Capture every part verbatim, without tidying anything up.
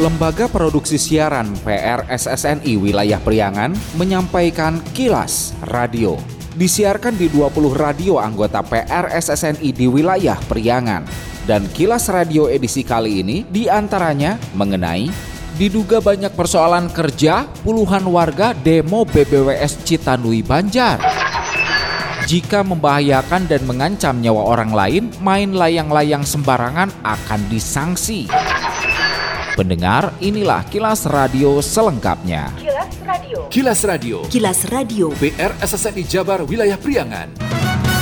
Lembaga Produksi Siaran P R S S N I Wilayah Priangan menyampaikan Kilas Radio. Disiarkan di dua puluh radio anggota P R S S N I di wilayah Priangan. Dan Kilas Radio edisi kali ini diantaranya mengenai diduga banyak persoalan kerja, puluhan warga demo B B W S Citanduy Banjar. Jika membahayakan dan mengancam nyawa orang lain, main layang-layang sembarangan akan disangsi. Pendengar, inilah Kilas Radio selengkapnya. Kilas Radio. Kilas Radio. Kilas Radio. P R S S N I Jabar Wilayah Priangan.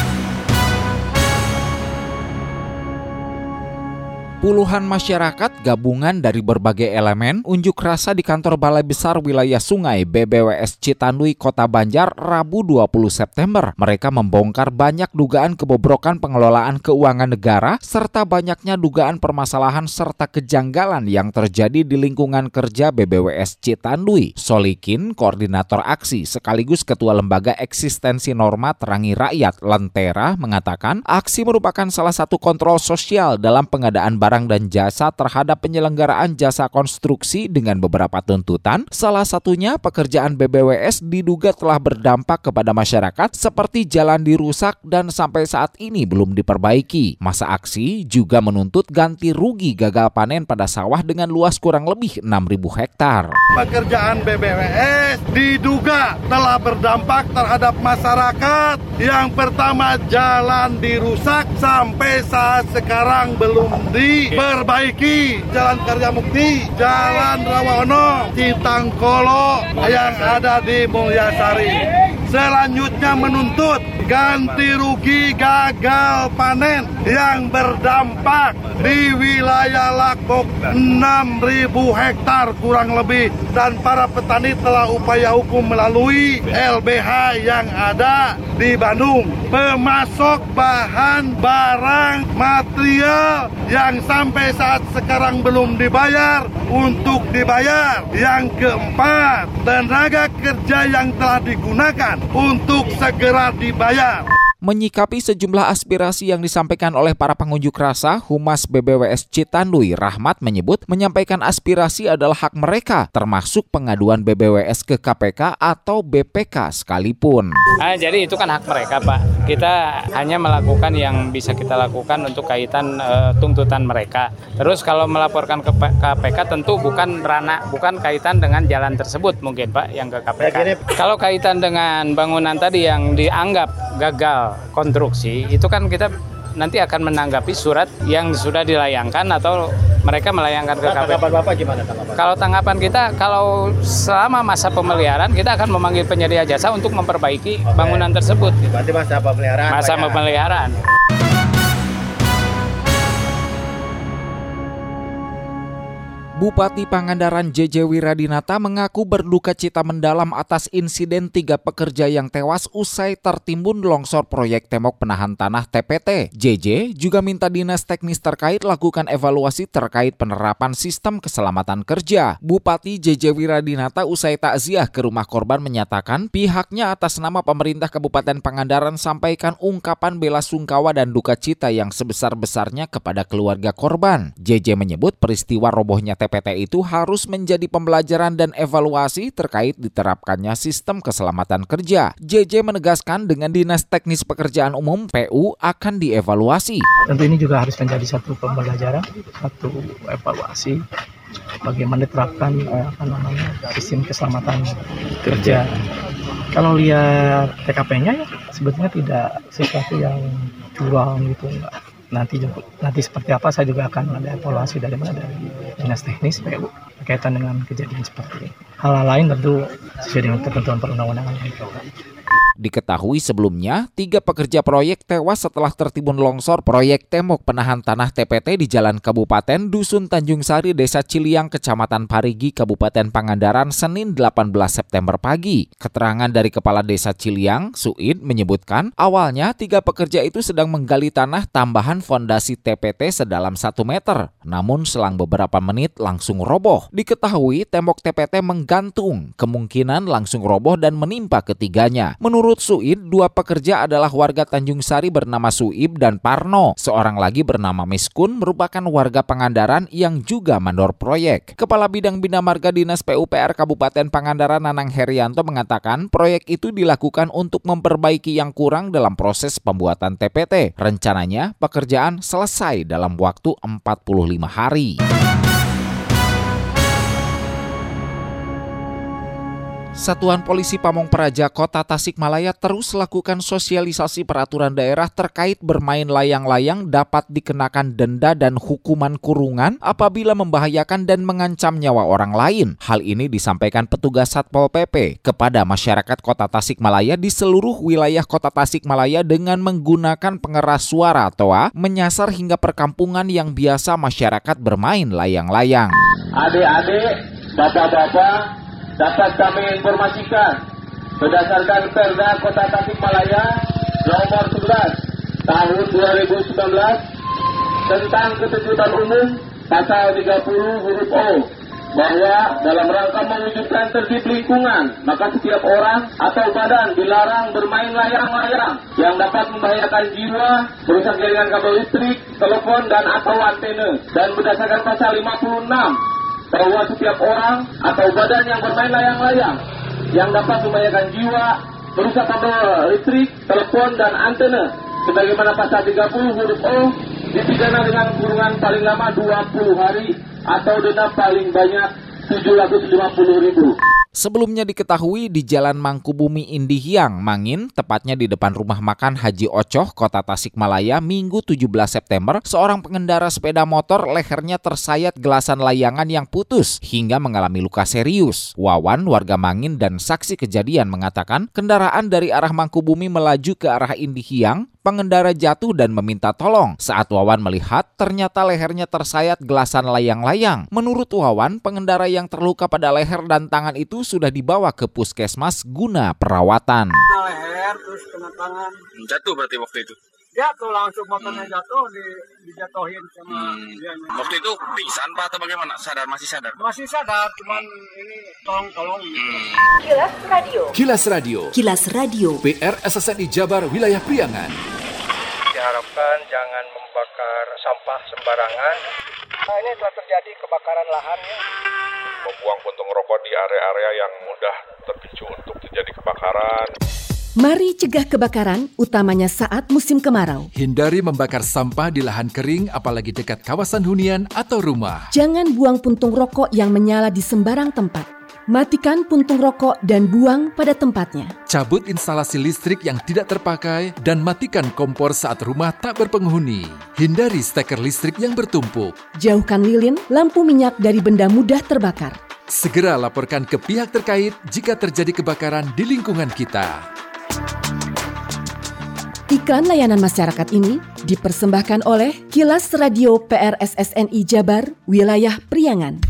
Puluhan masyarakat gabungan dari berbagai elemen unjuk rasa di kantor Balai Besar Wilayah Sungai B B W S Citanduy Kota Banjar Rabu dua puluh September. Mereka membongkar banyak dugaan kebobrokan pengelolaan keuangan negara serta banyaknya dugaan permasalahan serta kejanggalan yang terjadi di lingkungan kerja B B W S Citanduy. Solikin, koordinator aksi sekaligus ketua lembaga eksistensi norma Terangi Rakyat Lentera mengatakan aksi merupakan salah satu kontrol sosial dalam pengadaan barang barang dan jasa terhadap penyelenggaraan jasa konstruksi dengan beberapa tuntutan. Salah satunya pekerjaan B B W S diduga telah berdampak kepada masyarakat seperti jalan dirusak dan sampai saat ini belum diperbaiki. Masa aksi juga menuntut ganti rugi gagal panen pada sawah dengan luas kurang lebih enam ribu hektar. Pekerjaan B B W S diduga telah berdampak terhadap masyarakat. Yang pertama, jalan dirusak sampai saat sekarang belum di perbaiki. Jalan Karya Mukti, Jalan Rawaono, Citangkolo yang ada di Mulyasari. Selanjutnya menuntut ganti rugi gagal panen yang berdampak di wilayah Lakbok enam ribu hektar kurang lebih, dan para petani telah upaya hukum melalui L B H yang ada di Bandung. Pemasok bahan barang material yang sampai saat sekarang belum dibayar untuk dibayar. Yang keempat, tenaga kerja yang telah digunakan untuk segera dibayar. Menyikapi sejumlah aspirasi yang disampaikan oleh para pengunjuk rasa, Humas B B W S Citanduy Rahmat menyebut menyampaikan aspirasi adalah hak mereka, termasuk pengaduan B B W S ke K P K atau B P K sekalipun. Ah, jadi itu kan hak mereka, Pak. Kita hanya melakukan yang bisa kita lakukan untuk kaitan uh, tuntutan mereka. Terus kalau melaporkan ke K P K tentu bukan ranah, bukan kaitan dengan jalan tersebut mungkin, Pak, yang ke K P K. Kalau kaitan dengan bangunan tadi yang dianggap gagal konstruksi, itu kan kita nanti akan menanggapi surat yang sudah dilayangkan atau mereka melayangkan ke K P K. Tanggapan Bapak gimana tanggapan? Kalau tanggapan kita, kalau selama masa pemeliharaan kita akan memanggil penyedia jasa untuk memperbaiki Oke. bangunan tersebut. Berarti masa pemeliharaan. Masa pemeliharaan. Bupati Pangandaran J J Wiradinata mengaku berduka cita mendalam atas insiden tiga pekerja yang tewas usai tertimbun longsor proyek tembok penahan tanah T P T. J J juga minta dinas teknis terkait lakukan evaluasi terkait penerapan sistem keselamatan kerja. Bupati J J Wiradinata usai takziah ke rumah korban menyatakan pihaknya atas nama pemerintah Kabupaten Pangandaran sampaikan ungkapan bela sungkawa dan duka cita yang sebesar-besarnya kepada keluarga korban. J J menyebut peristiwa robohnya T P T itu harus menjadi pembelajaran dan evaluasi terkait diterapkannya sistem keselamatan kerja. J J menegaskan dengan Dinas Teknis Pekerjaan Umum P U akan dievaluasi. Tentu ini juga harus menjadi satu pembelajaran, satu evaluasi bagaimana diterapkan eh, apa namanya sistem keselamatan kerja. Kalau lihat T K P-nya ya sebetulnya tidak sesuatu yang curang gitu, enggak. Nanti juga, nanti seperti apa saya juga akan ada evaluasi dari mana dari dinas teknis P U berkaitan dengan kejadian seperti ini. Hal lain tentu sesuai dengan ketentuan perundang-undangan. Diketahui sebelumnya, tiga pekerja proyek tewas setelah tertimbun longsor proyek tembok penahan tanah T P T di Jalan Kabupaten Dusun Tanjung Sari, Desa Ciliang, Kecamatan Parigi, Kabupaten Pangandaran, Senin delapan belas September pagi. Keterangan dari Kepala Desa Ciliang, Suid, menyebutkan awalnya tiga pekerja itu sedang menggali tanah tambahan fondasi T P T sedalam satu meter. Namun selang beberapa menit langsung roboh. Diketahui tembok T P T menggantung, kemungkinan langsung roboh dan menimpa ketiganya. Menurut Menurut Suid, dua pekerja adalah warga Tanjung Sari bernama Suib dan Parno. Seorang lagi bernama Miskun merupakan warga Pangandaran yang juga mandor proyek. Kepala Bidang Bina Marga Dinas P U P R Kabupaten Pangandaran Nanang Herianto mengatakan proyek itu dilakukan untuk memperbaiki yang kurang dalam proses pembuatan T P T. Rencananya pekerjaan selesai dalam waktu empat puluh lima hari. Satuan Polisi Pamong Praja Kota Tasikmalaya terus lakukan sosialisasi peraturan daerah terkait bermain layang-layang dapat dikenakan denda dan hukuman kurungan apabila membahayakan dan mengancam nyawa orang lain. Hal ini disampaikan petugas Satpol P P kepada masyarakat Kota Tasikmalaya di seluruh wilayah Kota Tasikmalaya dengan menggunakan pengeras suara T O A menyasar hingga perkampungan yang biasa masyarakat bermain layang-layang. Adik-adik, bapak-bapak, dapat kami informasikan berdasarkan Perda Kota Tasikmalaya nomor sebelas tahun dua ribu sembilan belas tentang ketertiban umum pasal tiga puluh huruf O bahwa dalam rangka mewujudkan tertib lingkungan maka setiap orang atau badan dilarang bermain layang-layang yang dapat membahayakan jiwa, merusak jaringan kabel listrik, telepon dan atau antena, dan berdasarkan pasal lima puluh enam bahwa setiap orang atau badan yang bermain layang-layang yang dapat membahayakan jiwa, merusak kabel listrik, telepon, dan antena sebagaimana pasal tiga puluh huruf O dipidana dengan kurungan paling lama dua puluh hari atau denda paling banyak tujuh ratus lima puluh ribu. Sebelumnya diketahui di Jalan Mangkubumi Indihiang, Mangin, tepatnya di depan rumah makan Haji Ocoh, Kota Tasikmalaya, Minggu tujuh belas September, seorang pengendara sepeda motor lehernya tersayat gelasan layangan yang putus hingga mengalami luka serius. Wawan, warga Mangin dan saksi kejadian mengatakan kendaraan dari arah Mangkubumi melaju ke arah Indihiang, pengendara jatuh dan meminta tolong. Saat Wawan melihat, ternyata lehernya tersayat gelasan layang-layang. Menurut Wawan, pengendara yang terluka pada leher dan tangan itu sudah dibawa ke puskesmas guna perawatan. Kena leher, terus kena tangan. Jatuh berarti waktu itu? Jatuh langsung, motornya jatuh, di, dijatuhin sama hmm. dianya. Waktu itu pingsan Pak atau bagaimana? Sadar, masih sadar? Masih sadar, cuman ini tolong-tolong. Hmm. Kilas Radio. Kilas Radio. Kilas Radio. P R S S N I Jabar Wilayah Priangan. Diharapkan jangan membakar sampah sembarangan. Nah, ini telah terjadi kebakaran lahan ya. Membuang puntung rokok di area-area yang mudah terpicu untuk terjadi kebakaran. Mari cegah kebakaran, utamanya saat musim kemarau. Hindari membakar sampah di lahan kering, apalagi dekat kawasan hunian atau rumah. Jangan buang puntung rokok yang menyala di sembarang tempat. Matikan puntung rokok dan buang pada tempatnya. Cabut instalasi listrik yang tidak terpakai dan matikan kompor saat rumah tak berpenghuni. Hindari steker listrik yang bertumpuk. Jauhkan lilin, lampu minyak dari benda mudah terbakar. Segera laporkan ke pihak terkait jika terjadi kebakaran di lingkungan kita. Iklan layanan masyarakat ini dipersembahkan oleh Kilas Radio P R S S N I Jabar, Wilayah Priangan.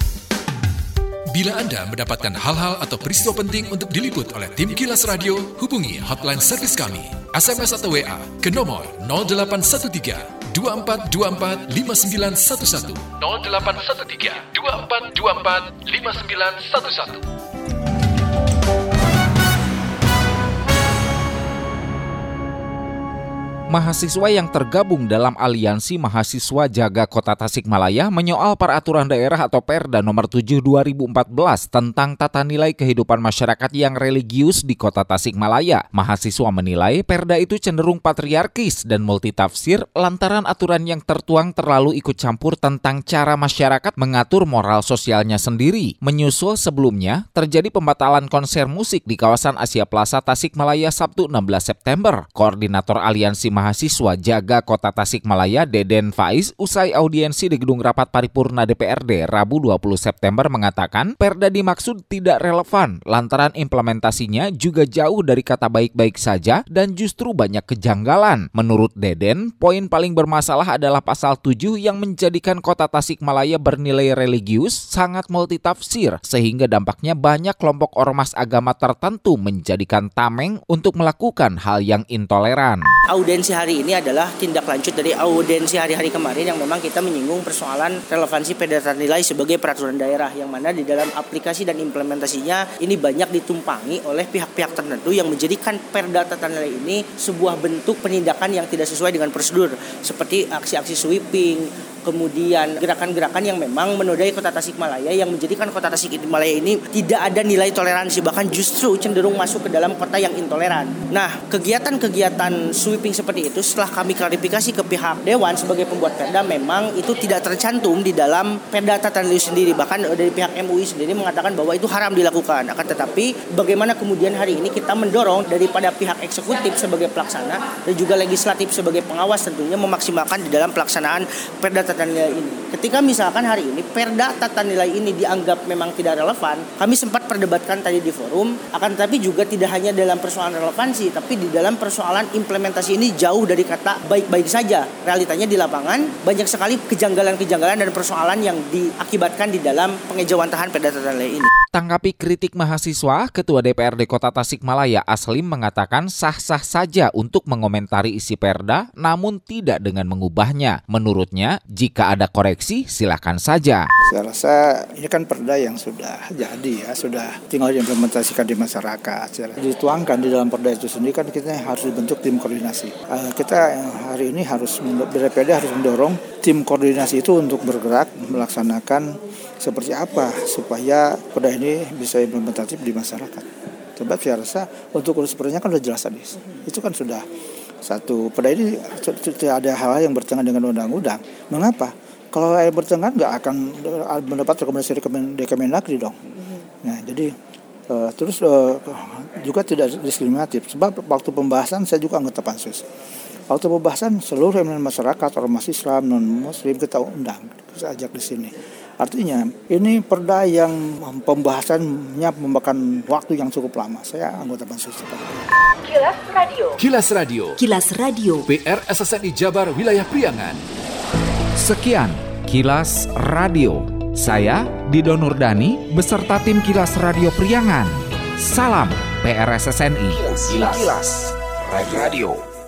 Bila Anda mendapatkan hal-hal atau peristiwa penting untuk diliput oleh tim Kilas Radio, hubungi hotline servis kami, S M S atau W A ke nomor nol delapan satu tiga dua empat dua empat lima sembilan satu satu nol delapan satu tiga dua empat dua empat lima sembilan satu satu. Mahasiswa yang tergabung dalam Aliansi Mahasiswa Jaga Kota Tasikmalaya menyoal peraturan daerah atau Perda nomor tujuh dua ribu empat belas tentang tata nilai kehidupan masyarakat yang religius di Kota Tasikmalaya. Mahasiswa menilai Perda itu cenderung patriarkis dan multitafsir lantaran aturan yang tertuang terlalu ikut campur tentang cara masyarakat mengatur moral sosialnya sendiri. Menyusul sebelumnya terjadi pembatalan konser musik di kawasan Asia Plaza Tasikmalaya Sabtu enam belas September. Koordinator Aliansi Mahasiswa Jaga Kota Tasikmalaya Deden Faiz usai audiensi di Gedung Rapat Paripurna D P R D Rabu dua puluh September mengatakan Perda dimaksud tidak relevan lantaran implementasinya juga jauh dari kata baik-baik saja dan justru banyak kejanggalan. Menurut Deden, poin paling bermasalah adalah pasal tujuh yang menjadikan Kota Tasikmalaya bernilai religius sangat multitafsir sehingga dampaknya banyak kelompok ormas agama tertentu menjadikan tameng untuk melakukan hal yang intoleran. Audiensi audiensi hari ini adalah tindak lanjut dari audiensi hari-hari kemarin yang memang kita menyinggung persoalan relevansi perda tata nilai sebagai peraturan daerah, yang mana di dalam aplikasi dan implementasinya ini banyak ditumpangi oleh pihak-pihak tertentu yang menjadikan perda tata nilai ini sebuah bentuk penindakan yang tidak sesuai dengan prosedur, seperti aksi-aksi sweeping, kemudian gerakan-gerakan yang memang menodai Kota Tasikmalaya yang menjadikan Kota Tasikmalaya ini tidak ada nilai toleransi, bahkan justru cenderung masuk ke dalam kota yang intoleran. Nah, kegiatan-kegiatan sweeping seperti itu setelah kami klarifikasi ke pihak Dewan sebagai pembuat perda, memang itu tidak tercantum di dalam perda tata nilai sendiri. Bahkan dari pihak M U I sendiri mengatakan bahwa itu haram dilakukan. Akan tetapi bagaimana kemudian hari ini kita mendorong daripada pihak eksekutif sebagai pelaksana dan juga legislatif sebagai pengawas tentunya memaksimalkan di dalam pelaksanaan perda tata nilai ini. Ketika misalkan hari ini perda tata nilai ini dianggap memang tidak relevan, kami sempat perdebatkan tadi di forum, akan tetapi juga tidak hanya dalam persoalan relevansi, tapi di dalam persoalan implementasi ini jauh dari kata baik-baik saja. Realitanya di lapangan banyak sekali kejanggalan-kejanggalan dan persoalan yang diakibatkan di dalam pengejawantahan perda tata nilai ini. Tanggapi kritik mahasiswa, Ketua D P R D Kota Tasikmalaya Aslim mengatakan sah-sah saja untuk mengomentari isi perda, namun tidak dengan mengubahnya. Menurutnya, jika ada koreksi, silakan saja. Saya rasa ini kan perda yang sudah jadi ya, sudah tinggal diimplementasikan di masyarakat. Dituangkan di dalam perda itu sendiri kan kita harus dibentuk tim koordinasi. Uh, kita hari ini harus, D P R D harus mendorong tim koordinasi itu untuk bergerak melaksanakan seperti apa supaya perda ini bisa implementatif di masyarakat. Sebab saya rasa untuk urus perdanya kan sudah jelas tadi. Itu kan sudah satu, perda ini tidak ada hal yang bertentangan dengan undang-undang. Mengapa? Kalau yang bertentangan nggak akan mendapat rekomendasi dari Kemendagri dong. Nah, jadi uh, terus uh, juga tidak diskriminatif. Sebab waktu pembahasan saya juga anggota pansus. Waktu pembahasan seluruh elemen masyarakat, ormas Islam, non-Muslim kita undang, kita ajak di sini. Artinya ini perda yang pembahasannya memakan waktu yang cukup lama. Saya anggota pansus. Kilas Radio. Kilas Radio. Kilas Radio. P R S S N I Jabar Wilayah Priangan. Sekian Kilas Radio. Saya Dido Nurdani beserta tim Kilas Radio Priangan. Salam P R S S N I. Kilas, Kilas Radio.